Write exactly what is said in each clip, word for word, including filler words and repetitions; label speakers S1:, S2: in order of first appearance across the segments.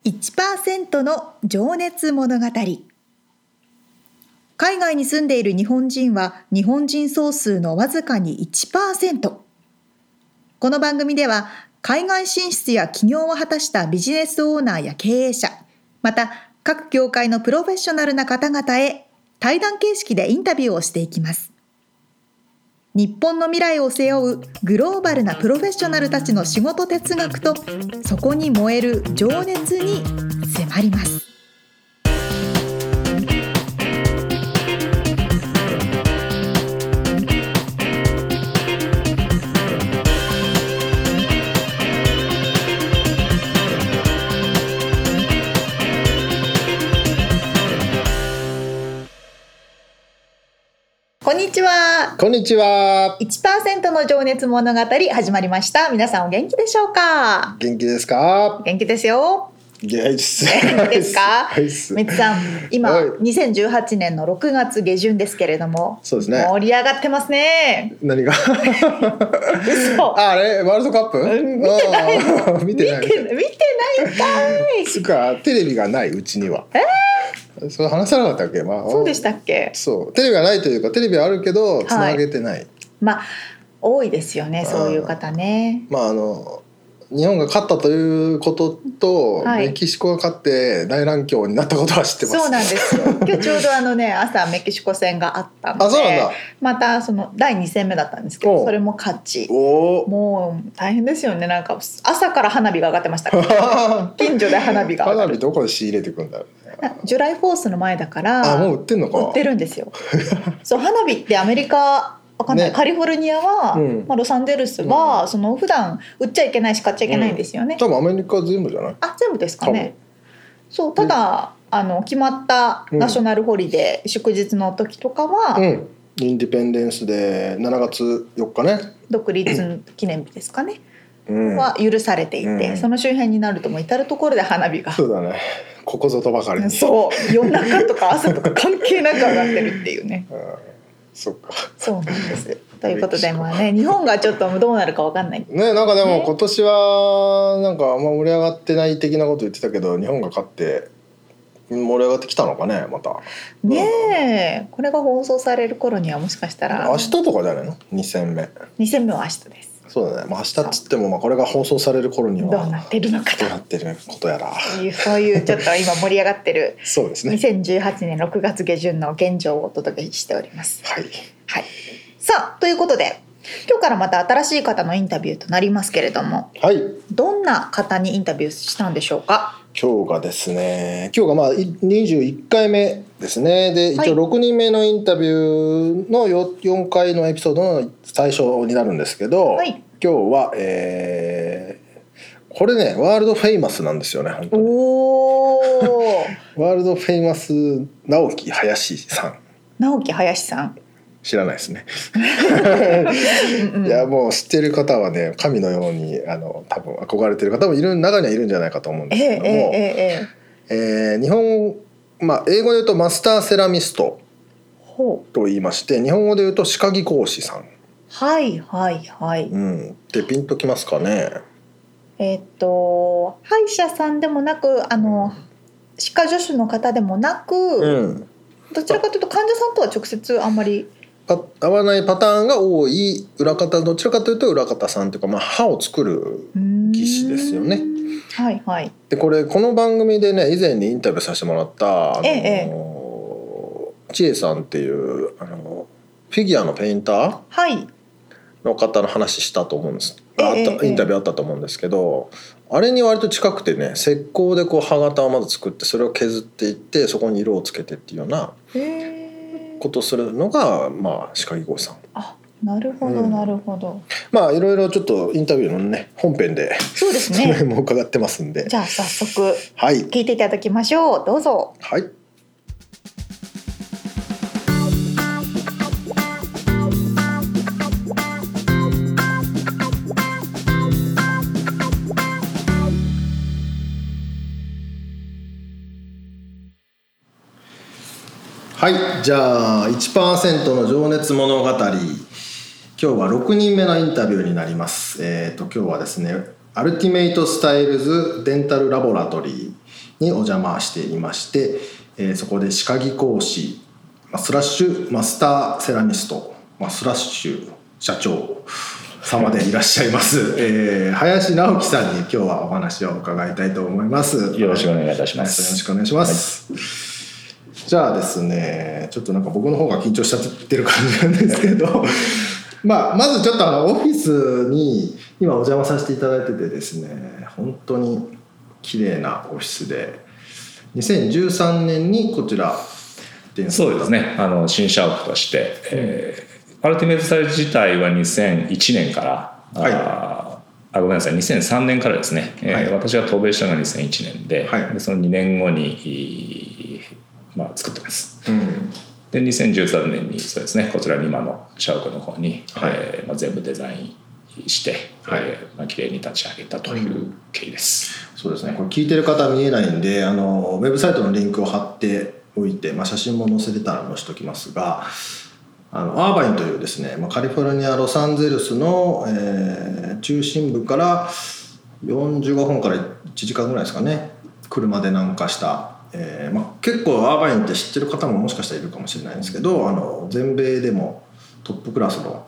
S1: いちパーセント の情熱物語。海外に住んでいる日本人は日本人総数のわずかに いちパーセント。この番組では海外進出や起業を果たしたビジネスオーナーや経営者、また各業界のプロフェッショナルな方々へ対談形式でインタビューをしていきます。日本の未来を背負うグローバルなプロフェッショナルたちの仕事哲学とそこに燃える情熱に迫ります。こんにちは。
S2: こんにちは。
S1: いちパーセント の情熱物語始まりました。皆さんお元気でしょうか？
S2: 元気ですか？
S1: 元気ですよ。
S2: 元気です。
S1: 元気ですか？
S2: はいっす。
S1: みつさん、今、
S2: はい
S1: にせんじゅうはちねんのろくがつ下旬ですけれども、
S2: そうですね。
S1: 盛り上がってますね。
S2: 何が？
S1: 嘘。
S2: あ、あれワールドカップ？
S1: うん見てないの。
S2: 見てない。
S1: 見て、見てないかい。
S2: つうかテレビがないうちには。
S1: えー
S2: それ話さなかったっけ？まあ、
S1: そうでしたっけ？
S2: そうテレビがないというかテレビはあるけどつなげてない。
S1: まあ多いですよね、そういう方ね。
S2: まああの日本が勝ったということと、
S1: はい
S2: メキシコが勝って大乱闘になったことは知ってます。
S1: そうなんですよ。今日ちょうどあのね朝メキシコ戦があったので、
S2: あ、そうなんだ。
S1: またそのだいに戦目だったんですけど、
S2: おう
S1: それも勝ち。
S2: お
S1: もう大変ですよね。なんか朝から花火が上がってましたから近所で花火が上がる。
S2: 花火どこで仕入れてくんだろうね。
S1: ジュライフォースの前だから
S2: あ、もう売ってんのか。
S1: 売ってるんですよ。そう花火ってアメリカわかんない、
S2: ね、
S1: カリフォルニアは、
S2: うん
S1: まあ、ロサンゼルスは、うん、その普段売っちゃいけないし買っちゃいけないんですよね、
S2: うん、多分アメリカ全部じゃない？
S1: あ、全部ですかね。そうただあの決まったナショナルホリデー、うん、祝日の時とかは、
S2: うん、インディペンデンスデーしちがつよっかね、
S1: 独立記念日ですかね、
S2: うん、
S1: は許されていて、うん、その周辺になるともう至る所で花火が。
S2: そうだね、ここぞとばかりに。
S1: そう夜中とか朝とか関係なく上がってるっていうね。
S2: うん、そっか。
S1: そうなんです。ということでまあね、日本がちょっとどうなるか分かんない
S2: ね。なんかでも今年はなんかあんま盛り上がってない的なこと言ってたけど、日本が勝って盛り上がってきたのかね、また。
S1: ねえ、これが放送される頃にはもしかしたら
S2: 明日とかじゃないの？に戦目。
S1: に戦目は明日です。
S2: そうだね。まあ、明日っつってもまあこれが放送される頃には
S1: どうなってるのかと。
S2: どうなってることやら。
S1: そういうちょっと今盛り上がってる
S2: そうですね。
S1: にせんじゅうはちねんろくがつ下旬の現状をお届けしております。
S2: はい。
S1: はい。さあということで今日からまた新しい方のインタビューとなりますけれども、
S2: はい。ど
S1: んな方にインタビューしたんでしょうか？
S2: 今日がですね、今日がまあにじゅういっかいめですね。で一応ろくにんめのインタビューの よ, よんかいのエピソードの最初になるんですけど、はい、今日は、えー、これねワールドフェイマスなんですよね。本当におワールドフェイマス直木林さん。
S1: 直木林さん
S2: 知らないですね。いやもう知ってる方はね神のようにあの多分憧れてる方もいる中にはいるんじゃないかと思うんですけども、えーえーえー、日本、まあ、英語で言うとマスターセラミストと言いまして日本語で言うと歯科技講師さん。
S1: はいはいはい、
S2: うん、でピンときますかね。
S1: えー、っと歯医者さんでもなくあの歯科助手の方でもなく、うん、どちらかというと患者さんとは直接あんまり
S2: 合わないパターンが多い裏方、どちらかというと裏方さんというか、まあ、歯を作る技師ですよね。
S1: はいはい。
S2: でこれこの番組でね以前にインタビューさせてもらったあの、ええ、千恵さんっていうあのフィギュアのペインター、はい、の方の話したと思うんです、ええ、あったインタビューあったと思うんですけど、あれに割と近くてね石膏でこう歯型をまず作ってそれを削っていってそこに色をつけてっていうようなことをするのが、まあ、歯科技講師さん。
S1: あ、なるほどなるほど、うん、
S2: まあいろいろちょっとインタビューのね本編で
S1: そうですね
S2: その辺も伺ってますんで、
S1: じゃあ早速聞いていただきましょう、はい、どうぞ。
S2: はい。はい、じゃあ いちパーセント の情熱物語、今日はろくにんめのインタビューになります。えーと今日はですねアルティメイトスタイルズデンタルラボラトリーにお邪魔していまして、えー、そこで歯科技講師スラッシュマスターセラミスト、まあ、スラッシュ社長様でいらっしゃいます、えー、林直樹さんに今日はお話を伺いたいと思います。
S3: よろしくお願いいたします。
S2: よろしくお願いします、はい。じゃあですね、ちょっとなんか僕の方が緊張しちゃってる感じなんですけどまあまずちょっとあのオフィスに今お邪魔させていただいててですね、本当に綺麗なオフィスでにせんじゅうさんねんにこちら
S3: そうですね、あの新社屋として、うんえー、アルティメットサイズ自体はにせんいちねんから、はい、ああごめんなさいにせんさんねんからですね、はい、えー、私が渡米したのがにせんいちねん で,、はい、でそのにねんごに、まあ、作ってます、うん、でにせんじゅうさんねんにそうですねこちらに今の社屋の方に、はいえーまあ、全部デザインして、はいえーまあ、綺麗に立ち上げたという経緯です、
S2: うん、そうですね。これ聞いてる方は見えないんであのウェブサイトのリンクを貼っておいて、まあ、写真も載せれたら載せておきますが、あのアーバインというですね、まあ、カリフォルニアロサンゼルスの、えー、中心部からよんじゅうごふんからいちじかんぐらいですかね、車で南下した、えーまあ、結構アーバインって知ってる方ももしかしたらいるかもしれないんですけど、あの全米でもトップクラスの、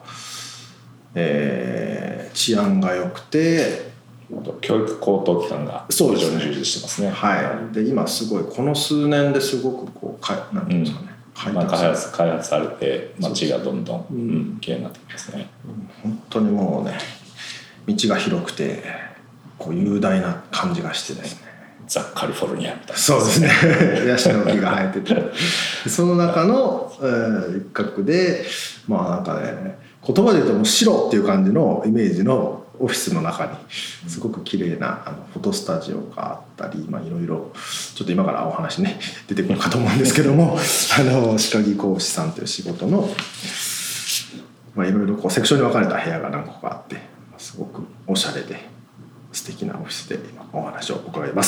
S2: えー、治安が良くて
S3: 教育高等機関が非常に充実してますね。
S2: はい。で今すごいこの数年ですごくこうかなんていうんですかね、
S3: うんまあ、開発開発されて街がどんどん、うん、綺麗になってきますね。
S2: 本当にもうね道が広くてこう雄大な感じがしてですね。
S3: ザ・カリフォルニアみたいな。
S2: そうですね。ヤシの木が生えてて、その中の、えー、一角でまあなんかね言葉で言うともう白っていう感じのイメージのオフィスの中にすごく綺麗なあのフォトスタジオがあったり、まあいろいろちょっと今からお話ね出てくるかと思うんですけどもあの歯科技講師さんという仕事のまあいろいろこうセクションに分かれた部屋が何個かあってすごくおしゃれで素敵なオフィスで今お話を伺います。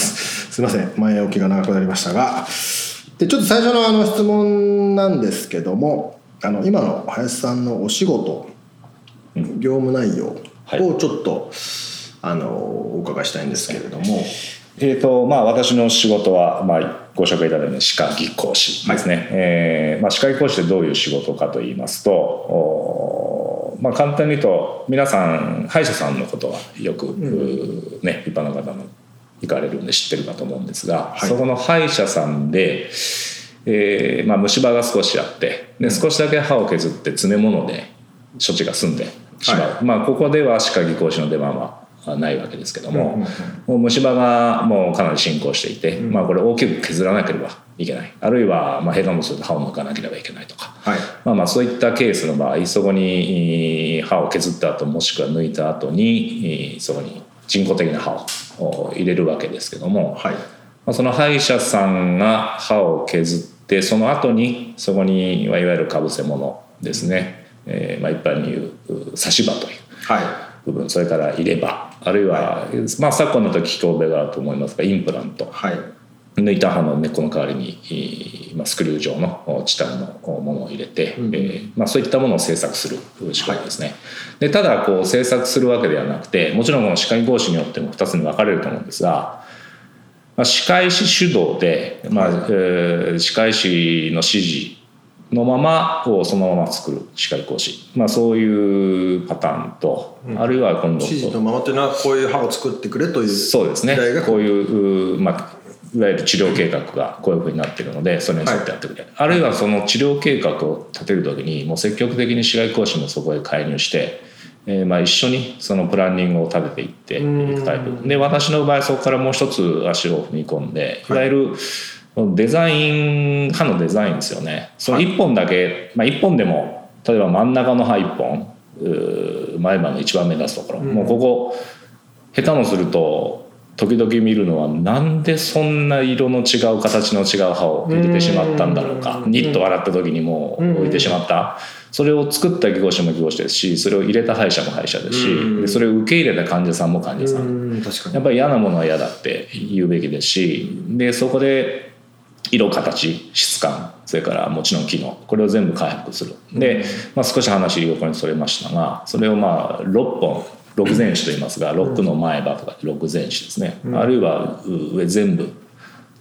S2: すいません前置きが長くなりましたが、でちょっと最初のあの質問なんですけども、あの今の林さんのお仕事業務内容をちょっと、はい、あのお伺いしたいんですけれども、
S3: えーとまあ、私の仕事は、まあ、ご紹介いただいた歯科技講師ですね、はいえーまあ、歯科技講師ってどういう仕事かといいますと、まあ、簡単に言うと皆さん歯医者さんのことはよく、うんね、一般の方も行かれるんで知ってるかと思うんですが、はい、そこの歯医者さんで、えーまあ、虫歯が少しあってで少しだけ歯を削って詰め物で処置が済んでしまう、はいまあ、ここでは歯科技講師の出番はないわけですけども、うんうんうん、もう虫歯がもうかなり進行していて、うんまあ、これ大きく削らなければいけない、あるいはまあ下手もすると歯を抜かなければいけないとか、はいまあ、まあそういったケースの場合そこに歯を削った後もしくは抜いた後にそこに人工的な歯を入れるわけですけども、はいまあ、その歯医者さんが歯を削ってその後にそこにいわゆるかぶせ物ですね、えーまあ、一般に言う差し歯という部分、はい、それから入れ歯あるいは、はいまあ、昨今の時聞こえがあると思いますがインプラント、はい、抜いた歯の根っこの代わりに、まあ、スクリュー状のチタンのものを入れて、うんえーまあ、そういったものを製作する仕事ですね、はい、でただこう製作するわけではなくてもちろんこの歯科技講師によってもふたつに分かれると思うんですが、まあ、歯科医師主導で、まあえー、歯科医師の指示のままをそのまま作る歯科医講師、まあ、そういうパターンと、うん、あるいは今度
S2: 指示のままというのはこういう歯を作ってくれという
S3: そうですねこういう、まあ、いわゆる治療計画がこういうふうになっているのでそれに沿ってやってくれ、はい、あるいはその治療計画を立てる時にもう積極的に歯科医講師もそこへ介入して、えー、まあ一緒にそのプランニングを立てていっていくタイプで、私の場合そこからもう一つ足を踏み込んでいわゆる、はいデザイン歯のデザインですよね。そのいっぽんだけ、はいまあ、いっぽんでも例えば真ん中の歯いっぽん前歯の一番目立つところ、うん、もうここ下手もすると時々見るのはなんでそんな色の違う形の違う歯を入れてしまったんだろうか、ニッと笑った時にもう置いてしまった、それを作った技工士も技工士ですしそれを入れた歯医者も歯医者ですし、でそれを受け入れた患者さんも患者さん、確かにやっぱり嫌なものは嫌だって言うべきですし、でそこで色形質感それからもちろん機能これを全部開発するで、まあ、少し話横にそれましたがそれをまあろっぽんろく前歯と言いますがろくの前歯とかろく前歯ですね、うん、あるいは上全部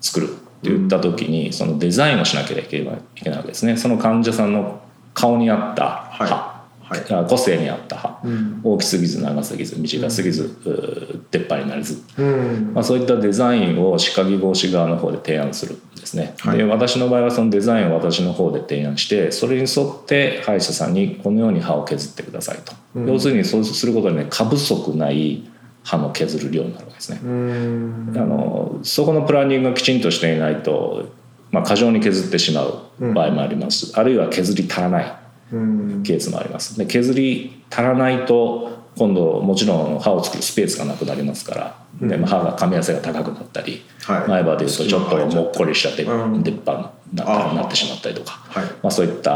S3: 作るって言った時にそのデザインをしなければいけないわけですね。その患者さんの顔に合った歯、はいはい、個性に合った歯、うん、大きすぎず長すぎず短すぎず、うん、出っ張りになりず、うんまあ、そういったデザインを歯科技講師側の方で提案するんですね、はい、で私の場合はそのデザインを私の方で提案してそれに沿って歯医者さんにこのように歯を削ってくださいと、うん、要するにそうすることでね過不足ない歯の削る量になるわけですね。うんあのそこのプランニングがきちんとしていないと、まあ、過剰に削ってしまう場合もあります、うん、あるいは削り足らないケースもあります。で削り足らないと今度もちろん歯を作るスペースがなくなりますから、うんでまあ、歯が噛み合わせが高くなったり、はい、前歯でいうとちょっともっこりした出っ歯になってしまったりとか、はいまあ、そういった、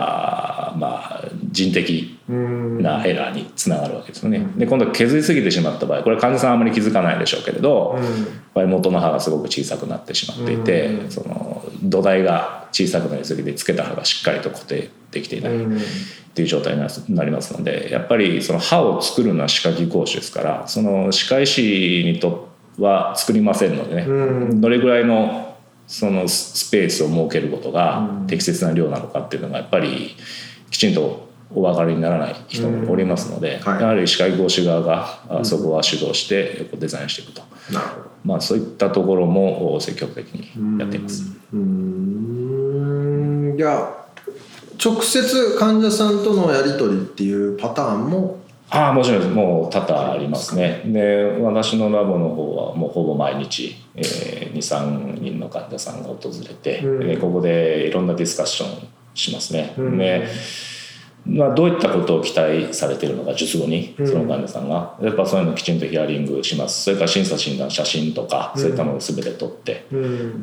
S3: まあ、人的なエラーにつながるわけですよね。で今度削りすぎてしまった場合これ患者さんはあまり気づかないでしょうけれど、うん、やっぱり元の歯がすごく小さくなってしまっていて、うん、その土台が小さくなりすぎてつけた歯がしっかりと固定できていないっていう状態になりますので、やっぱりその歯を作るのは歯科技講師ですからその歯科医師にとっては作りませんのでね、うん、どれぐらいのそのスペースを設けることが適切な量なのかっていうのがやっぱりきちんとお分かりにならない人もおりますので、うんはい、やはり歯科技講師側がそこは主導してデザインしていくと、うんまあ、そういったところも積極的にやっています。
S2: うんうんいや直接患者さんとのやり取りっていうパターンも
S3: ああもちろんです。もう多々ありますね。で私のラボの方はもうほぼ毎日、えー、にさんにんの患者さんが訪れて、うんでここでいろんなディスカッションしますね、うんでまあ、どういったことを期待されているのか術後にその患者さんがやっぱそういうのをきちんとヒアリングします。それから審査診断写真とかそういったのを全て撮って、うん、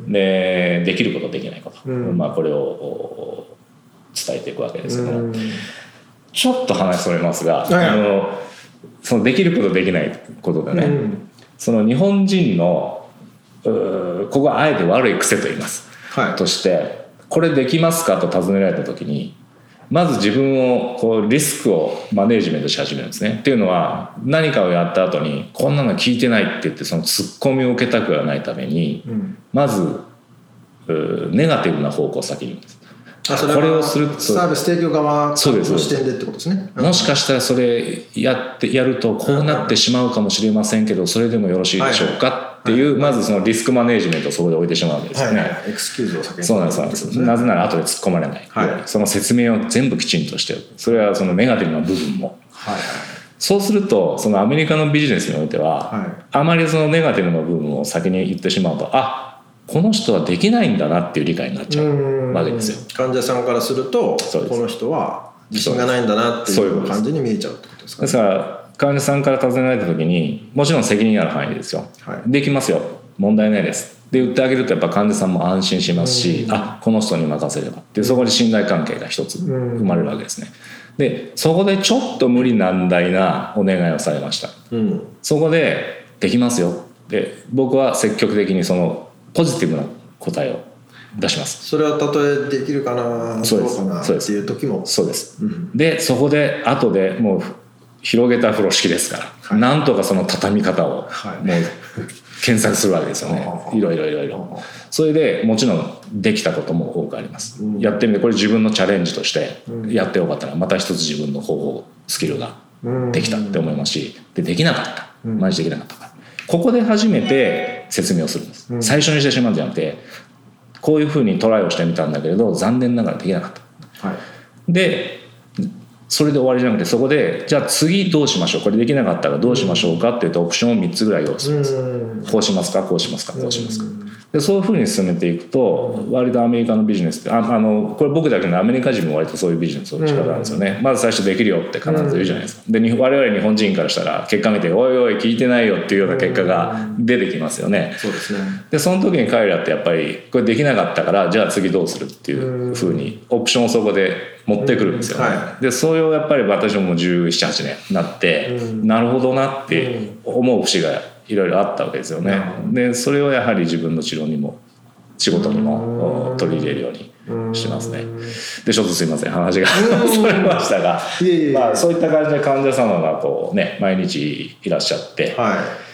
S3: でできることできないこと、うんまあ、これを伝えていくわけですけども、うん、ちょっと話それますが、はい、あのそのできることできないことでね、うん、その日本人のここはあえて悪い癖と言います、はい、としてこれできますかと尋ねられた時にまず自分をこうリスクをマネージメントし始めるんですね。っていうのは何かをやった後にこんなの聞いてないって言ってそのツッコミを受けたくはないために、うん、まずネガティブな方向を先に言うんです。
S2: あそれはこれをするサービス提供側の視点でってことですね。
S3: もしかしたらそれやってやるとこうなってしまうかもしれませんけどそれでもよろしいでしょうかっていうまずそのリスクマネージメントをそこで置いてしまうわけですよね、はいはい、
S2: エクスキューズを避ける。
S3: そうなんです、そうなんです。なぜなら後で突っ込まれない、はい、その説明を全部きちんとしてる。それはそのネガティブな部分も、はいはい、そうするとそのアメリカのビジネスにおいては、はい、あまりそのネガティブな部分を先に言ってしまうとあこの人はできないんだなっていう理解になっちゃうわけですよ。
S2: 患者さんからするとこの人は自信がないんだなっていう感じに見えちゃうってことですかね。
S3: ですから患者さんから尋ねられた時にもちろん責任ある範囲ですよ、はい、できますよ問題ないですで言ってあげるとやっぱ患者さんも安心しますしあこの人に任せればってそこで信頼関係が一つ生まれるわけですね。でそこでちょっと無理難題なお願いをされました、うん、そこでできますよで僕は積極的にそのポジティブな答えを出します。
S2: それはたとえできるかなそうかなっていう時も
S3: そうです、うん、でそこで後でもう広げた風呂敷ですから、はい、なんとかその畳み方をもう検索するわけですよね、はい、いろいろいろいろそれでもちろんできたことも多くあります、うん、やってみてこれ自分のチャレンジとしてやってよかったらまた一つ自分の方法スキルができたって思いますしでできなかったマジできなかったからここで初めて説明をするんです、うん、最初にしてしまうんじゃなくてこういうふうにトライをしてみたんだけれど残念ながらできなかった、はい、でそれで終わりじゃなくてそこでじゃあ次どうしましょうこれできなかったらどうしましょうかっていうとオプションをみっつぐらい用意するんです、うん、こうしますかこうしますかこうしますかでそういうふうに進めていくと割とアメリカのビジネスって あ, あのこれ僕だけのアメリカ人も割とそういうビジネスの仕方なんですよね、うん、まず最初できるよって必ず言うじゃないですか。で我々日本人からしたら結果見ておいおい聞いてないよっていうような結果が出てきますよね、
S2: うん、そうですね。
S3: でその時に彼らってやっぱりこれできなかったからじゃあ次どうするっていうふうにオプションをそこで持ってくるんですよね、うんはい、でそれをやっぱり私ももうじゅうなな、はちねんなって、うん、なるほどなって思う節がいろいろあったわけですよね、うん、でそれをやはり自分の治療にも仕事にも取り入れるようにしてますね。でちょっとすいません話がそれましたがまあ、そういった感じで患者様がこう、ね、毎日いらっしゃって、はい、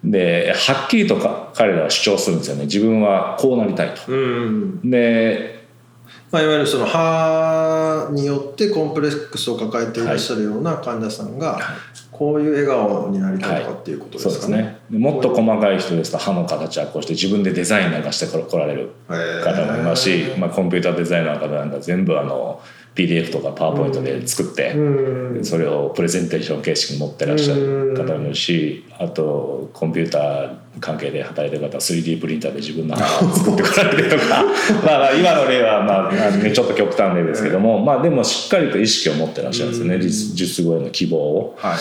S3: ではっきりとか彼らは主張するんですよね。自分はこうなりたいと、うんうん、で、
S2: まあ、いわゆるその歯によってコンプレックスを抱えていらっしゃるような患者さんが、はい、こういう笑顔になりたいとかっていうことですかね、はい、そうですね。
S3: もっと細かい人ですと歯の形はこうして自分でデザインなんかしてこられる方もいますし、まあ、コンピューターデザイナーの方なんか全部あの ピーディーエフ とかパワーポイントで作って、うん、それをプレゼンテーション形式に持ってらっしゃる方もいるし、あとコンピューター関係で働いてる方は スリーディー プリンターで自分の歯を作ってこられてとかまあ今の例はまあちょっと極端例ですけども、まあでもしっかりと意識を持ってらっしゃるんですよね、術後への希望を。はい、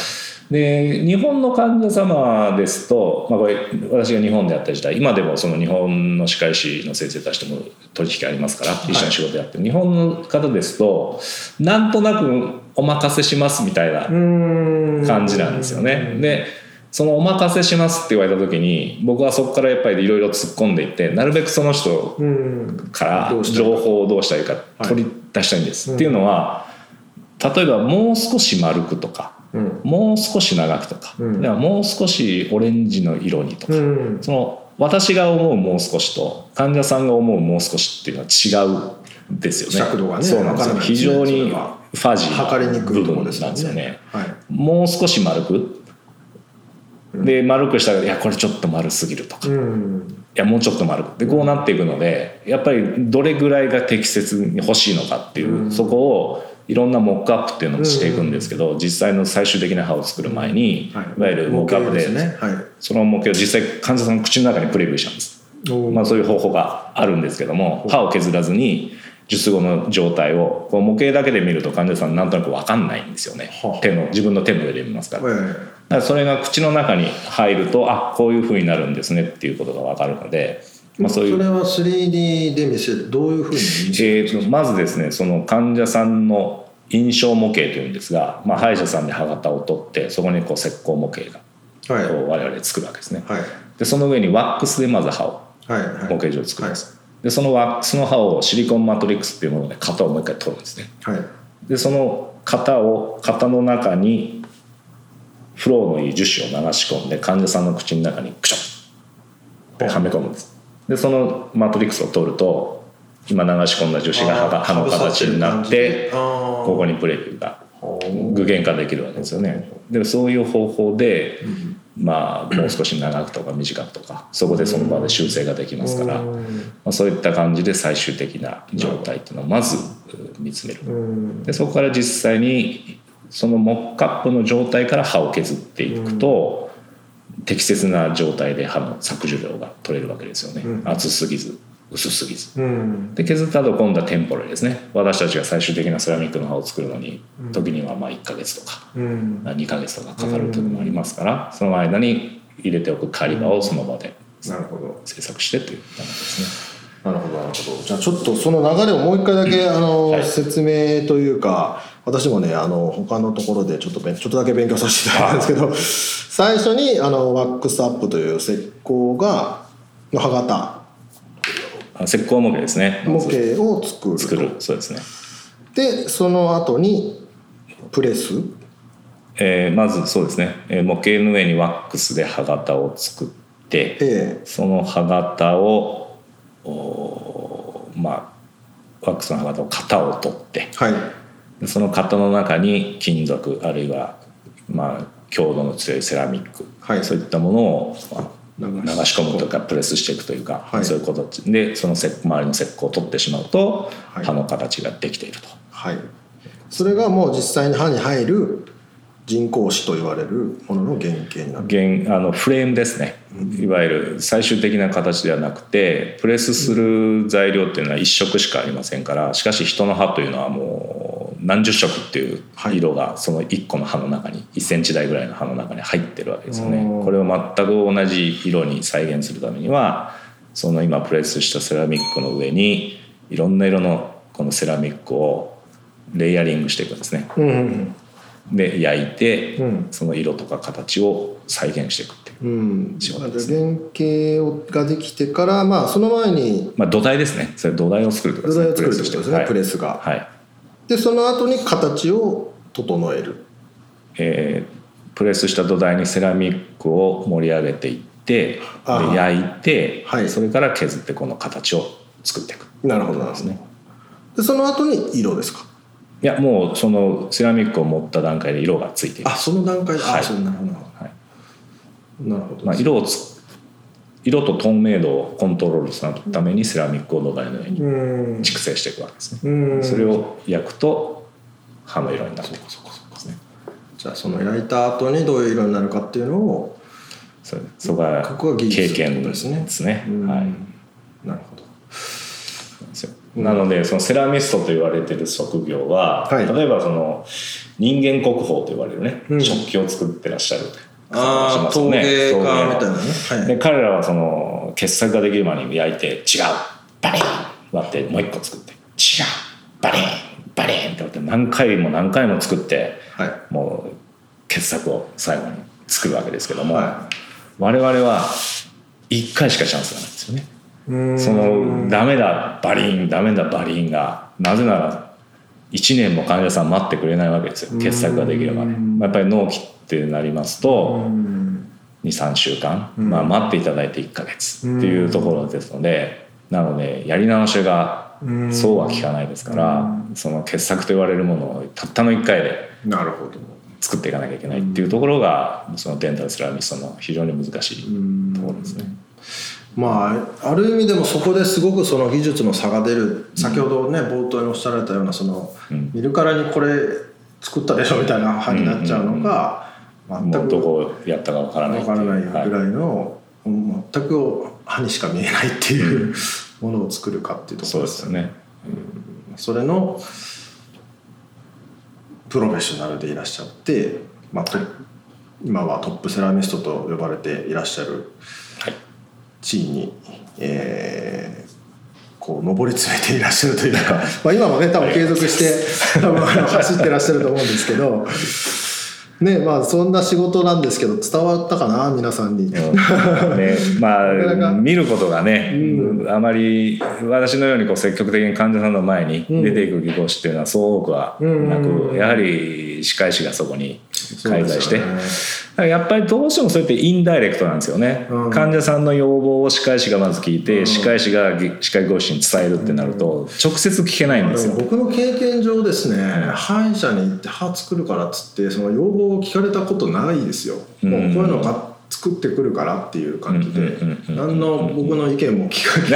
S3: で日本の患者様ですと、まあ、これ私が日本でやった時代、今でもその日本の歯科医師の先生たちとも取引ありますから、はい、一緒に仕事やってる日本の方ですとなんとなくお任せしますみたいな感じなんですよね。でそのお任せしますって言われた時に僕はそこからやっぱりいろいろ突っ込んでいってなるべくその人から情報をどうしたらいいか取り出したいんです、はい、っていうのは例えばもう少し丸くとか、うん、もう少し長くとか、うん、ではもう少しオレンジの色にとか、うん、その私が思うもう少しと患者さんが思うもう少しっていうのは違うんですよね。
S2: 尺度がね、
S3: そうなんですよ。非常にファジーな部分なんですよね。はい、もう少し丸くで丸くしたらいやこれちょっと丸すぎるとか、うん、いやもうちょっと丸くでこうなっていくので、やっぱりどれぐらいが適切に欲しいのかっていう、うん、そこをいろんなモックアップっていうのをしていくんですけど、うん、実際の最終的な歯を作る前に、はい、いわゆるモックアップ で, で、ねはい、その模型を実際患者さんの口の中にプレビューしたんです。まあ、そういう方法があるんですけども、歯を削らずに術後の状態をこう模型だけで見ると患者さんなんとなく分かんないんですよね。手の自分の手の上で見ますから、だからそれが口の中に入るとあこういう風になるんですねっていうことが分かるので、
S2: まあ、そういうそれは スリーディー で見せるどういう風に見せるんですか。
S3: えー、まずですねその患者さんの印象模型というんですが、まあ、歯医者さんで歯型を取ってそこにこう石膏模型がこう我々作るわけですね、はい、でその上にワックスでまず歯を模型上作ります、はいはい、でそのワックスの歯をシリコンマトリックスっていうもので型をもう一回取るんですね、はい、でその型を型の中にフローのいい樹脂を流し込んで患者さんの口の中にクシャッとはめ込むんです。でそのマトリックスを取ると今流し込んだ樹脂が 歯, 歯の形になってここにプレビューが具現化できるわけですよね。でそういう方法で、うん、まあもう少し長くとか短くとかそこでその場で修正ができますから、まあ、そういった感じで最終的な状態っていうのをまず見つめる。でそこから実際にそのモックアップの状態から歯を削っていくと、うん、適切な状態で歯の削除量が取れるわけですよね、うん、厚すぎず薄すぎず、うん、で削った後今度はテンポラリーですね。私たちが最終的なセラミックの歯を作るのに、うん、時にはまあいっかげつとか、うん、にかげつとかかかる時もありますから、うん、その間に入れておく狩り場をその場で制作してという感じですね。
S2: なるほどなるほど。じゃあちょっとその流れをもう一回だけ、うんあのはい、説明というか私もねあの他のところでちょっとちょっとだけ勉強させていただいたんですけど最初にあのワックスアップという石膏がの歯型
S3: 石膏模型ですね。
S2: 模型を作る
S3: 作るそうですね。
S2: でその後にプレス、
S3: えー、まずそうですね、えー、模型の上にワックスで歯型を作って、えー、その歯型をまあワックスの歯型を型を取って、はい、その型の中に金属あるいはまあ強度の強いセラミック、はい、そういったものを、まあ流し込むというかプレスしていくというか、はい、そういうことでその周りの石膏を取ってしまうと、はい、歯の形ができていると、
S2: はい、それがもう実際に歯に入る人工歯と言われるものの原型になる
S3: 原あのフレームですね、うん、いわゆる最終的な形ではなくてプレスする材料っていうのは一色しかありませんから、しかし人の歯というのはもう何十色っていう色がそのいっこの歯の中にいっセンチ台ぐらいの歯の中に入ってるわけですよね。これを全く同じ色に再現するためにはその今プレスしたセラミックの上にいろんな色のこのセラミックをレイヤリングしていくんですね、うん、で焼いて、うん、その色とか形を再現していくっていう仕事ですね、
S2: うん、原型ができてから、まあ、その前に、
S3: まあ、土台ですね。それ土台を作るってことですね。
S2: 土台を作るってことですね、はい、プレスが、はい、でその後に形を整える、
S3: えー、プレスした土台にセラミックを盛り上げていってで焼いて、
S2: はい、
S3: それから削ってこの形を作っていく。
S2: なるほどですね。でその後に色ですか？
S3: いやもうそのセラミックを持った段階で色がついている。
S2: あその段階で、
S3: はい、
S2: あそうなるほど、はい、なるほど、
S3: まあ、色をつ色と透明度をコントロールするためにセラミックを土台の上に蓄積していくわけですね。それを焼くと葉の色になっていく。
S2: じゃあその焼いた後にどういう色になるかっていうのを、
S3: そ, そこが経験ですね。ですね。はい。
S2: なるほど。
S3: なのでそのセラミストと言われている職業は、はい、例えばその人間国宝と言われるね、うん、食器を作ってらっしゃる。
S2: ああ、陶芸家みたいなね。
S3: はい、で彼らはその傑作ができる前に焼いて違うバリン割ってもう一個作って違うバリンバリンって割って何回も何回も作って、はい、もう傑作を最後に作るわけですけども、はい、我々はいっかいしかチャンスがないんですよね。そのダメだバリンダメだバリンがなぜならいちねんも患者さん待ってくれないわけですよ。傑作ができるまで、まあ、やっぱり納期ってなりますと にさんしゅうかん、まあ、待っていただいていっかげつっていうところですので、なのでやり直しがそうは効かないですから、その傑作と言われるものをたったのいっかいで作っていかなきゃいけないっていうところがそのデンタルセラミストの非常に難しいところですね。
S2: まあ、ある意味でもそこですごくその技術の差が出る、先ほどね冒頭におっしゃられたようなその見るからにこれ作ったでしょみたいな歯になっちゃうのが全く
S3: どこやったかわからない
S2: わからないぐらいの全く歯にしか見えないっていうものを作るかっていうところですよね。それのプロフェッショナルでいらっしゃって、まあ、今はトップセラミストと呼ばれていらっしゃる地位に、えー、こう上り詰めていらっしゃるというかまあ今もね多分継続して多分走ってらっしゃると思うんですけどね、まあそんな仕事なんですけど伝わったかな皆さんに、うんね、
S3: まあ見ることがね、うん、あまり私のようにこう積極的に患者さんの前に出ていく技工士っていうのはそう多くはなく、うん、やはり歯科医師がそこに介在して、ね、やっぱりどうしてもそうやってインダイレクトなんですよね、うん、患者さんの要望を歯科医師がまず聞いて、うん、歯科医師が歯科技工士に伝えるってなると直接聞けないんですよ。
S2: 僕の経験上ですね、歯医者に行って歯作るからっつってその要望を聞かれたことないですよ、うん、もうこういうのが作ってくるからっていう感じで何の僕の意見も聞か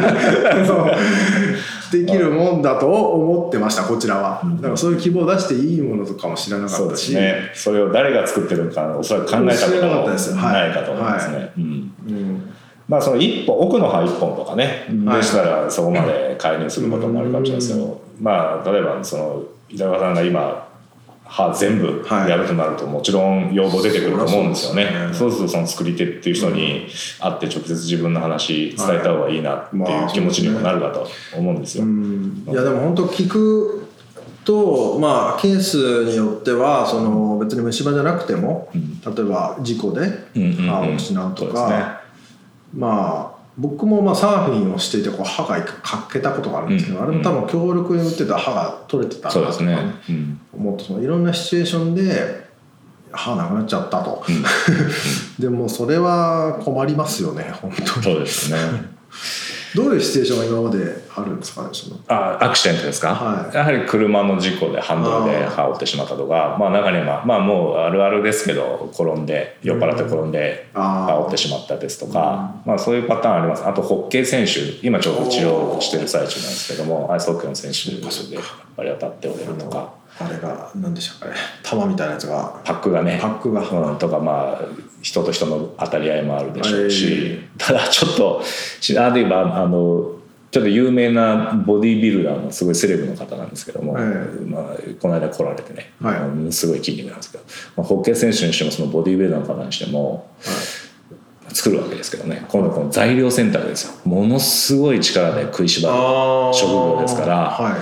S2: ないできるもんだと思ってましたこちらは。だからそういう希望を出していいものとかも知らなかったし、そうですね、
S3: それを誰が作ってるのかおそらく考えたこともないかと思いますね。まあその一本奥の歯一本とかね、はい、でしたらそこまで介入することもあるかもしれないですけど、まあ例えばその井高さんが今歯全部やるとなるともちろん要望出てくると思うんですよね。そうするとその作り手っていう人に会って直接自分の話伝えた方がいいなっていう気持ちにもなるかと思うんですよ。
S2: いやでも本当聞くと、まあ、ケースによってはその別に虫歯じゃなくても、うん、例えば事故で歯を失うとか、まあ僕もまあサーフィンをしていてこう歯が欠けたことがあるんですけど、うん、あれも多分強力に打ってた歯が取れてたなとか思って、そのいろんなシチュエーションで歯なくなっちゃったと、うん、でもそれは困りますよね本当に。
S3: そうですね
S2: どういうシチュエーションが今まであるんですかね。その
S3: あアクシデントですか、はい、やはり車の事故でハンドルで歯を折ってしまったとか、まあ中にはまあもうあるあるですけど転んで酔っ払って転んで歯を折ってしまったですとか、まあそういうパターンあります。あとホッケー選手今ちょうど治療してる最中なんですけどもアイスホッケーの選手でやっぱり当たって折れるとか、
S2: あれが何でしたかね、玉みたいなやつが
S3: パックがね
S2: パックが、
S3: うん、とかまあ人と人の当たり合いもあるでしょうし、ただちょっとあるいはあのちょっと有名なボディービルダーのすごいセレブの方なんですけども、まあ、この間来られてね、はい、すごい筋肉なんですけど、まあ、ホッケー選手にしてもそのボディービルダーの方にしても、はい、作るわけですけどね、今度この材料選択ですよ。ものすごい力で食いしばる職業ですから、はい、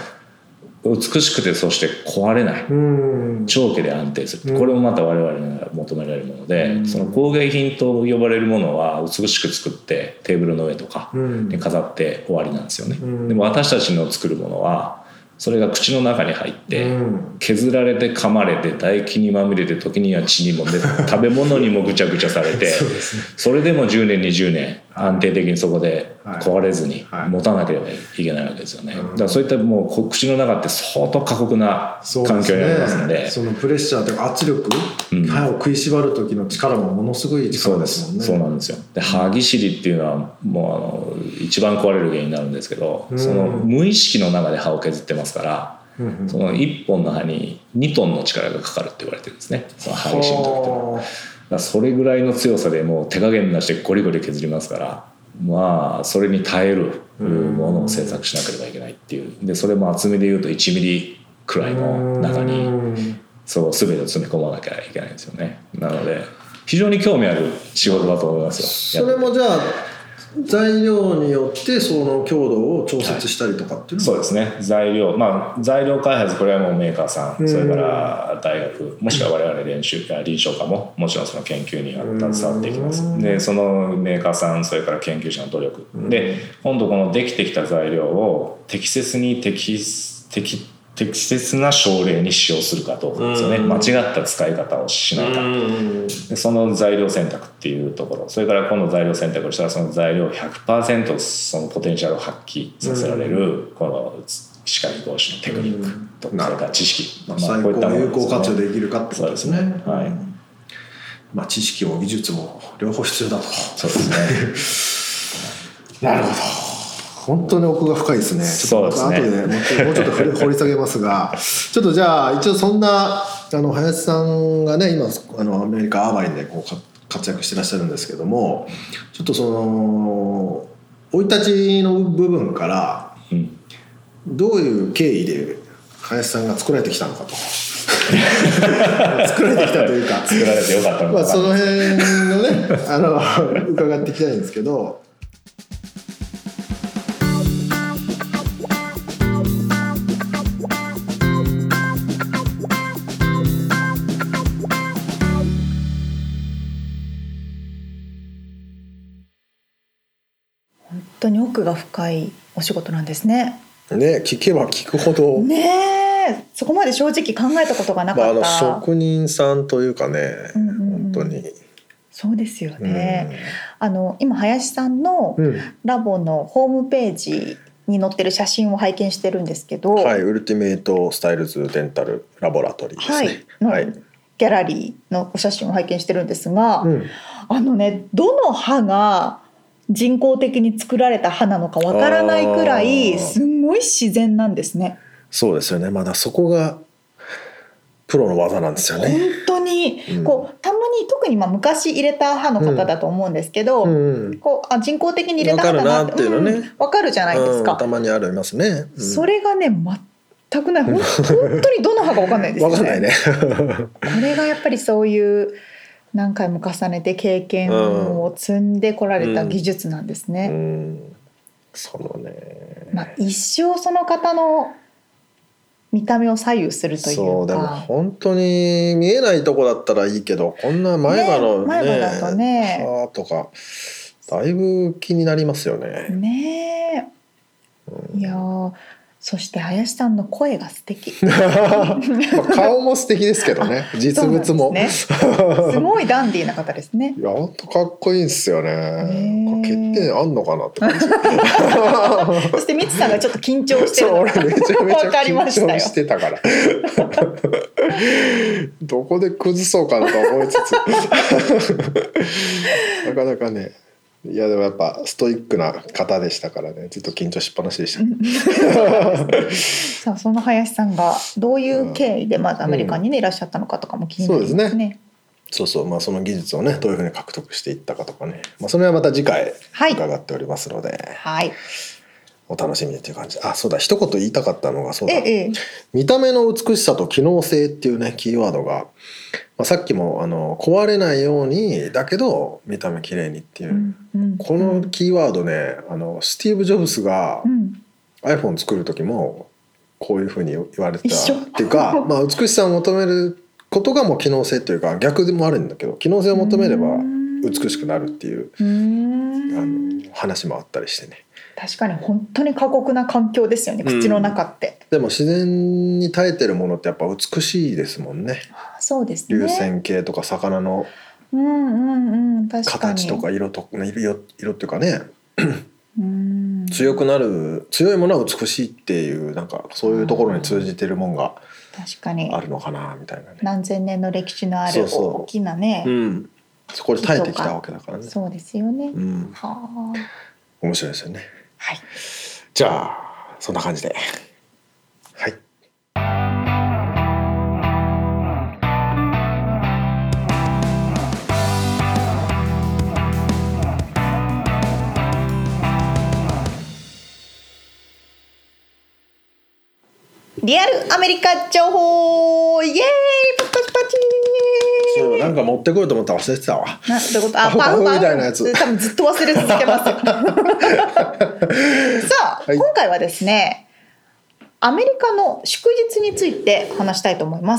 S3: 美しくてそして壊れない、長期で安定する、これもまた我々に求められるもので、その工芸品と呼ばれるものは美しく作ってテーブルの上とかに飾って終わりなんですよね。でも私たちの作るものはそれが口の中に入って削られて噛まれて唾液にまみれて時には血にも出て食べ物にもぐちゃぐちゃされてそれでもじゅうねんにじゅうねん安定的にそこで壊れずに持たなければいけないわけですよね。だからそういったもう口の中って相当過酷な環境にありますので、
S2: そのプレッシャーというか圧力、歯を食いしばる時の力もものすごい力ですもんね。
S3: そうなんですよ。で歯ぎしりっていうのはもうあの一番壊れる原因になるんですけど、その無意識の中で歯を削ってますから、そのいっぽんの歯ににトンの力がかかるって言われてるんですね、その歯ぎしりの時っていうのは。だからそれぐらいの強さでもう手加減なしでゴリゴリ削りますから、まあそれに耐えるものを製作しなければいけないっていう。でそれも厚みでいうといちミリくらいの中にそう全てを詰め込まなきゃいけないんですよね。なので非常に興味ある仕事だと思いますよ。
S2: それもじゃあ材料によってその強度を調節したりとかっていうのは、
S3: はい、そうですね。材料、まあ材料開発、これはもうメーカーさん、それから大学、もしくは我々練習臨床家ももちろんその研究には携わっていきます。でそのメーカーさん、それから研究者の努力で、今度このできてきた材料を適切に適適適切な症例に使用するかどうかですよね。間違った使い方をしないか。でその材料選択っていうところ、それから今度材料選択をしたらその材料 ひゃくパーセント そのポテンシャルを発揮させられるこの歯科技工士のテクニックとそれから知識、
S2: まあ、最高有効活用できるかってことですね。
S3: そうですね、はい。
S2: まあ、知識も技術も両方必要だと。
S3: そうですね
S2: なるほど、本当に奥が深いですね。ちょっと後でもうちょっと掘り下げますがちょっとじゃあ一応そんなあの林さんがね今あのアメリカアーバインでこう活躍してらっしゃるんですけども、ちょっとその生い立ちの部分からどういう経緯で林さんが作られてきたのかと作られてきたというか
S3: 作られてよかったのか、
S2: まあ、その辺のねあの伺っていきたいんですけど。
S1: 本当に奥が深いお仕事なんですね。
S2: ね、聞けば聞くほど
S1: ね、そこまで正直考えたことがなかった、
S2: まあ、あの職人さんというかね、うんうんうん、本当に
S1: そうですよね、うん、あの今林さんのラボのホームページに載ってる写真を拝見してるんですけど、
S2: はい、ウルティメイトスタイルズデンタルラボラトリーですね、
S1: はい、のギャラリーのお写真を拝見してるんですが、うん、あのねどの歯が人工的に作られた歯なのかわからないくらいすごい自然なんですね。
S2: そうですよね。まだそこがプロの技なんですよね。
S1: 本当に、うん、こうたまに特にまあ昔入れた歯の方だと思うんですけど、うんうん、こうあ人工的に入れた歯だなっていうのね、わかるじゃないですか、
S2: うん、たまにありますね、
S1: うん、それがね全くない。本当にどの歯かわかんないですよね。
S2: わかんないね
S1: これがやっぱりそういう何回も重ねて経験を積んでこられた技術なんですね、うんうん、
S2: そのね、
S1: まあ、一生その方の見た目を左右するというか。
S2: そうでも本当に見えないとこだったらいいけど、こんな前歯の ね, ね前歯だとね歯とかだいぶ気になりますよね。
S1: ねえ、うん、いやそして林さんの声が素敵
S2: 顔も素敵ですけどね実物も
S1: ね、すごいダンディーな方ですね。
S2: いやほんとかっこいいんですよね。欠点あんのかなって感じ
S1: そしてミツさんがちょっと緊張してるのが
S2: そう俺めちゃめちゃ緊張してたからどこで崩そうかなと思いつつなかなかね、いやでもやっぱストイックな方でしたからね、ずっと緊張しっぱなしでした
S1: さあその林さんがどういう経緯でまずアメリカに、ね、いらっしゃったのかとかも気になりますね。
S2: そうですね、そうそう、まあ、その技術をねどういうふうに獲得していったかとかね、まあ、それはまた次回伺っておりますので、
S1: はい、
S2: お楽しみにという感じで。あ、そうだ、一言言いたかったのがそうだ、
S1: ええ、
S2: 見た目の美しさと機能性っていうねキーワードが、まあ、さっきもあの壊れないようにだけど見た目綺麗にっていう、うんうん、このキーワードね、あのスティーブ・ジョブスが iPhone 作る時もこういうふうに言われてたっていうかまあ、美しさを求めることがもう機能性というか逆でもあるんだけど、機能性を求めれば美しくなるっていうあの話もあったりしてね、
S1: 確かに本当に過酷な環境ですよね、口の中って、
S2: うん、でも自然に耐えてるものってやっぱ美しいですもんね。
S1: そうですね。
S2: 流線形とか魚の
S1: うんうんうん、確かに
S2: 形とか色とか色色っていうかねうん強くなる強いものは美しいっていうなんかそういうところに通じてるもんが
S1: 確かに
S2: あるのかなみたいなね。
S1: 何千年の歴史のある大きなね、
S2: そうそう、うん、そこで耐えてきたわけだからね。
S1: そうですよね、うん、
S2: はあ、面白いですよね。
S1: はい、
S2: じゃあそんな感じで、はい。
S1: リアルアメリカ情報イエーイパチパチパチ。
S2: そうなんか持ってこようと思ったら忘れてたわ。
S1: などういうこと？あ、パフパフみたいなやつ。多分ずっと忘れ続けますよ。さあ、はい、今回はですね、アメリカの祝日について話したいと思います。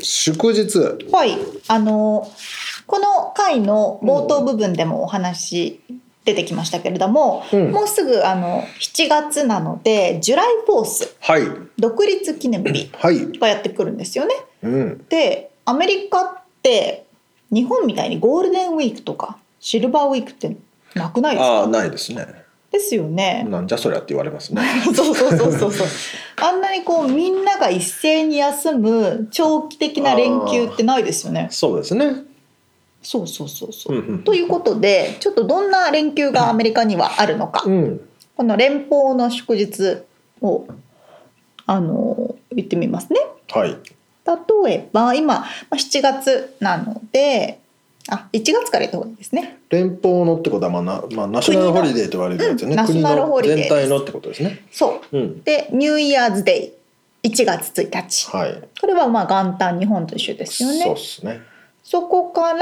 S2: 祝日。
S1: はい、あのこの回の冒頭部分でもお話出てきましたけれども、うん、もうすぐあのしちがつなのでジュライフォース、はい、独立記念日がやってくるんですよね、うん、でアメリカって日本みたいにゴールデンウィークとかシルバーウィークってなくないですか？
S2: あ、ないですね。
S1: ですよね。
S2: なんじゃそりゃって言われますね。
S1: そうそうそうそうそう。あんなにこうみんなが一斉に休む長期的な連休ってないですよね。
S2: そうですね。
S1: そうそうそうそう、うんうん、ということでちょっとどんな連休がアメリカにはあるのか、うん、この連邦の祝日をあの言ってみますね。はい、例えば今しちがつなのであいちがつから言った方がいいですね。
S2: 連邦のってことは、まあなまあ、ナショナルホリデーと言われるやつね、うん、国の全体のってことですね。
S1: そう、うん、でニューイヤーズデイいちがつついたち、はい、これはまあ元旦日本と一緒ですよね。
S2: そうですね。
S1: そこから、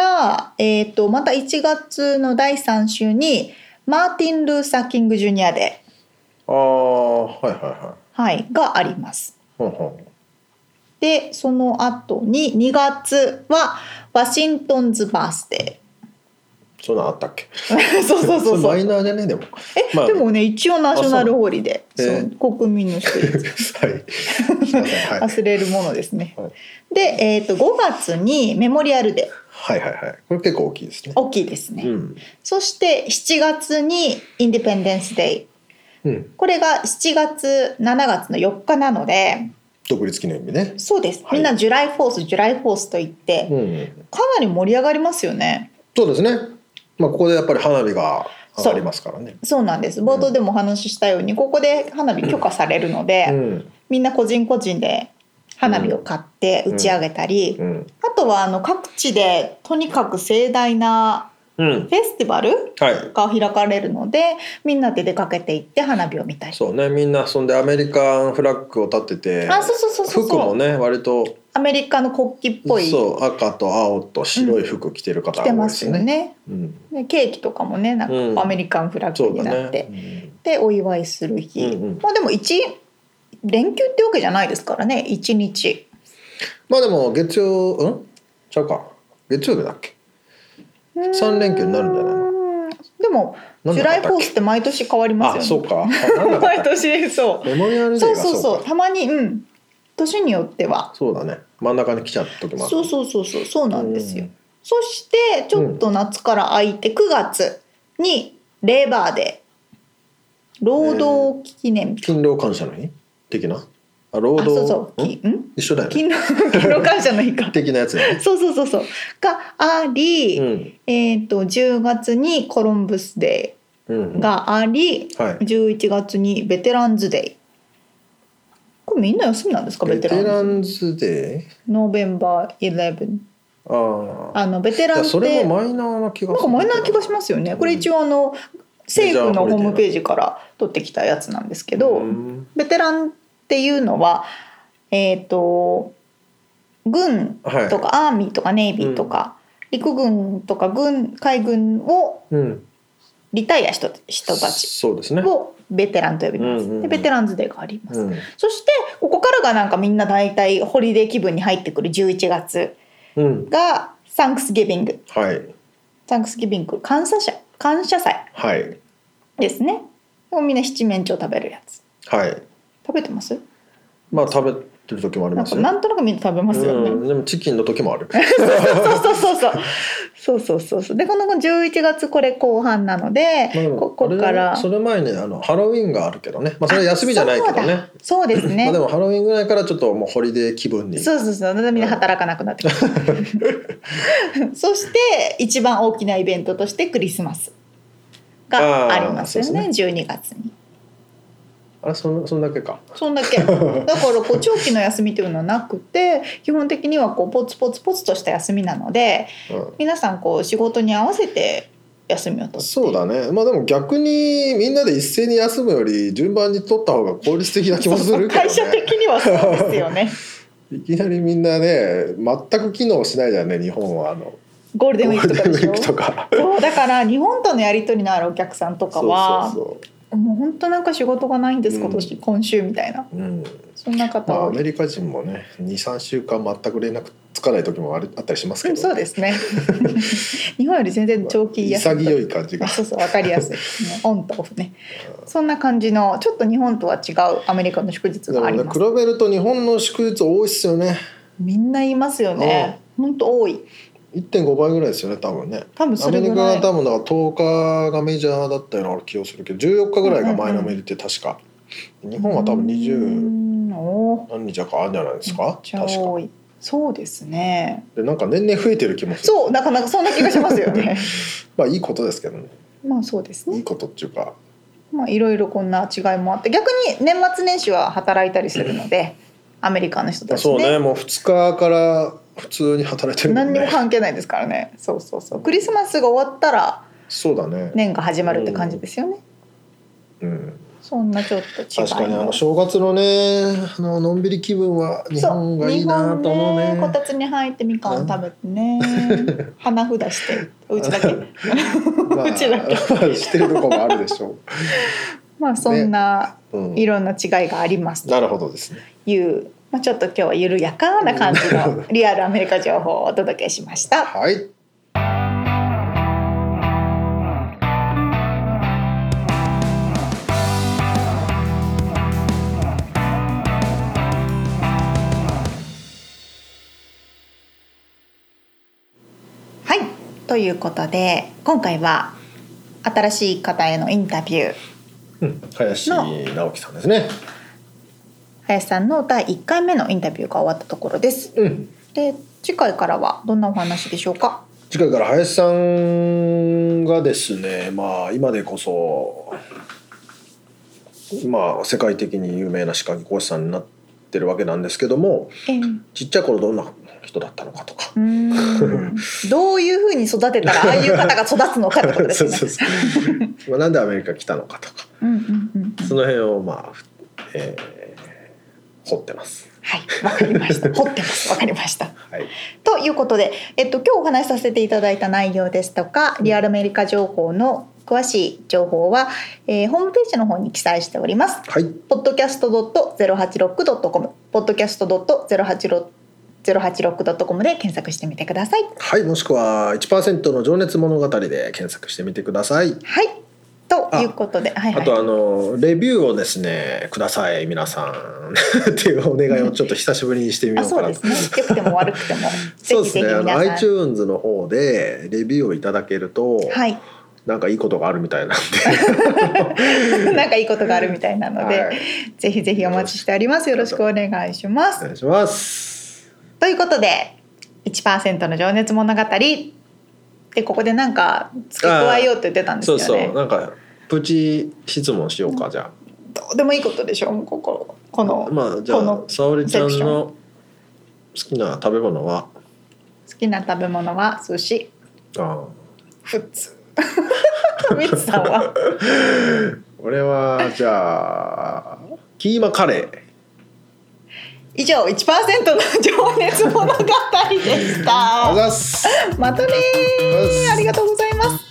S1: えー、とまたいちがつのだいさん週にマーティン・ルーサー・キング・ジュニアデー、あー、はいはいはい、はい、があります。ほんほん。でその後ににがつはワシントンズ・バースデ
S2: ー。そんなあったっけ？
S1: そうそうそうそう。
S2: マイナーじゃねでも。
S1: え、まあ、でもね一応ナショナルホリデー、そう、えー、国民の祝日。はい。忘れるものですね。はい、で、えー、とごがつにメモリアルデー。
S2: はいはいはい。これ結構大きいですね。
S1: 大きいですね。うん、そしてしちがつにインディペンデンスデイ。うん、これがしちがつしちがつのよっかなので。
S2: 独立記念日ね。
S1: そうです。みんなジュライフォース、ジュライフォースと言って、うん、かなり盛り上がりますよね。
S2: そうですね。まあここでやっぱり花火が上がりますからね。
S1: そう、そうなんです。冒頭でもお話ししたように、うん、ここで花火許可されるので、うん、みんな個人個人で花火を買って打ち上げたり、うんうん、あとはあの各地でとにかく盛大なフェスティバルが開かれるので、はい、みんなで出かけていって花火を見たり。
S2: そうね、みんなそんでアメリカンフラッグを立てて、あ、そうそうそうそう、服もね割と
S1: アメリカの国旗っぽい、
S2: そう赤と青と白い服着てる方が多いですね。着てますよね、
S1: うん、でケーキとかもねなんかアメリカンフラッグになって、うんね、でお祝いする日、うんうん、まあでも一連休ってわけじゃないですからね、いちにち。
S2: まあでも月曜うんちゃうか月曜日だっけ、さん連休になるんじゃないの。
S1: でもジュライフォースって毎年変わりますよね。
S2: あ、そうか。
S1: 毎年そう。
S2: メモリアルデーがそうか。そうそうそう。
S1: たまにうん年によっては。
S2: そうだね。真ん中に来ちゃった時もある。
S1: そうそうそうそうそうなんですよ。そしてちょっと夏から空いてくがつにレーバーデー、労働記念日。
S2: 勤労感謝の日的な。あ、労働、
S1: そうそう、ん
S2: 一緒だよね。
S1: 勤労、勤労感謝の日か
S2: 的なやつね。
S1: そうそうそうそうがあり、うん、えっとじゅうがつにコロンブスデーがあり、うんはい、じゅういちがつにベテランズデー。これみんな休みなんですか？ベテ
S2: ランズデー？
S1: ノーベンバーイレブン。ああ、あのベテランって
S2: それもマイナーな気がする。
S1: なんかマイナーな気がしますよね。これ一応あの政府のホームページから取ってきたやつなんですけど、ベテランっていうのは、えーと、軍とか、はい、アーミーとかネイビーとか、うん、陸軍とか軍海軍をリタイアした人たちをベテランと呼びます、うんうんうん、でベテランズデーがあります、うん、そしてここからがなんかみんな大体ホリデー気分に入ってくるじゅういちがつがサンクスギビング、はい、サンクスギビング感謝者感謝祭ですね、 でもみんな七面鳥食べるやつ。
S2: はい。
S1: 食べてます？
S2: まあ食べてる時もありますよ。
S1: なんかなんとなくみんな食べますよね。
S2: うん、でもチキンの時もある。
S1: そうそうそうそうそうそうそうそう。でこのじゅういちがつこれ後半なので、まあ、ここから
S2: それ前にあのハロウィンがあるけどね。まあそれは休みじゃないけどね。
S1: そうですね。
S2: まあでもハロウィンぐらいからちょっともうホリデー気分に。
S1: そうそうそう。みんな働かなくなってくる。そして一番大きなイベントとしてクリスマスがありますよね。ねじゅうにがつに。
S2: あれ そ, そんだけか
S1: そんだけだからこう長期の休みというのはなくて基本的にはこうポツポツポツとした休みなので、うん、皆さんこう仕事に合わせて休みを取って
S2: そうだね。まあでも逆にみんなで一斉に休むより順番に取った方が効率的な気もするけどね。
S1: 会社的にはそうですよね。
S2: いきなりみんなね全く機能しないじゃんね日本は。あの
S1: ゴールデンウィークとかでしょ。
S2: ゴールデンウィークとか
S1: そうだから日本とのやり取りのあるお客さんとかはそうそうそうもう本当なんか仕事がないんです、うん、今年今週みたいな、うん、そんな方は、
S2: まあ、アメリカ人もね にさんしゅうかん全く連絡つかない時もあるあったりしますけど、ね、
S1: そうですね日本より全然長期休み、
S2: まあ、潔い感じが
S1: そうそう分かりやすい、ね、オンとオフねそんな感じのちょっと日本とは違うアメリカの祝日があります。
S2: でもね比べると日本の祝日多いっすよね。
S1: みんな言いますよね、うん、本当多い。
S2: いってんごばいぐらいですよね多分ね。
S1: 多分それぐらい。
S2: アメリカが多分だからとおかがメジャーだったような気がするけどじゅうよっかぐらいがマイナメリって確か、うんうんうん、日本は多分にじゅう何日かあるんじゃないですか。確か
S1: そうですね。
S2: でなんか年々増えてる気もする。
S1: そうなかなかそんな気がしますよね
S2: まあいいことですけどね。
S1: まあそうですね。
S2: いいことっていうか
S1: まあいろいろこんな違いもあって逆に年末年始は働いたりするのでアメリカの人たちね。
S2: そうねもうふつかから普通に働いてるもんね。
S1: 何にも関係ないですからね。そうそうそうクリスマスが終わったら
S2: そうだね
S1: 年が始まるって感じですよね。うん、うん、そんなちょっと違い。
S2: 確かにあの正月のねあののんびり気分は日本がいいなと思うね。
S1: ねこたつに入ってみかん食べてね花札してうちだけ、まあ、うちだけ
S2: してるとこもあるでしょう
S1: まあそんな、ねうん、いろんな違いがあります
S2: なるほどですね
S1: いうまあ、ちょっと今日は緩やかな感じのリアルアメリカ情報をお届けしました。
S2: はい。
S1: はい。ということで今回は新しい方へのインタビュー、
S2: うん、林直樹さんですね。
S1: 林さんのだいいっかいめのインタビューが終わったところです、うん、で次回からはどんなお話でしょうか。
S2: 次回から林さんがですね、まあ、今でこそ、まあ、世界的に有名な歯科技講師さんになってるわけなんですけども、えー、ちっちゃい頃どんな人だったのかとかう
S1: ーんどういうふうに育てたらああいう方が育つのかってことですねそうそう
S2: そうまあなんでアメリカ来たのかとか、うんうんうんうん、その辺をまあ、えー掘ってます。
S1: はい、わかりました。掘ってます。わかりました。はい。ということで、えっと今日お話しさせていただいた内容ですとか、リアルアメリカ情報の詳しい情報は、えー、ホームページの方に記載しております。はい。ポッドキャストドットゼロはちろくドットコム、ポッドキャストドットゼロはちろくゼロはちろくドットコムで検索してみてください。
S2: はい。もしくは いちパーセント の情熱物語で検索してみてください。
S1: はい。ということで、
S2: あ、はいはい、あとあのレビューをですねください皆さんっていうお願いをちょっと久しぶりにしてみようかなと。
S1: そうですね。良くても悪くても
S2: そうですね。あの iTunes の方でレビューをいただけると、はい、なんかいいことがあるみたいなん
S1: でなんかいいことがあるみたいなので、はい、ぜひぜひお待ちしております。よろしくお願いします。
S2: お願いします。
S1: ということで いちパーセント の情熱物語でここでなんか付け加えようって言ってたんですよね。
S2: そうそうなんかプチ質問しようか、うん、じゃあ
S1: どうでもいいことでしょうこここの
S2: まあじゃあ沙織ちゃんの好きな食べ物は
S1: 好きな食べ物は寿司。ああ普通みつさんは
S2: 俺はじゃあキーマカレー。
S1: 以上 いちパーセント の情熱物語でした。
S2: あざっす。
S1: またねありがとうございます。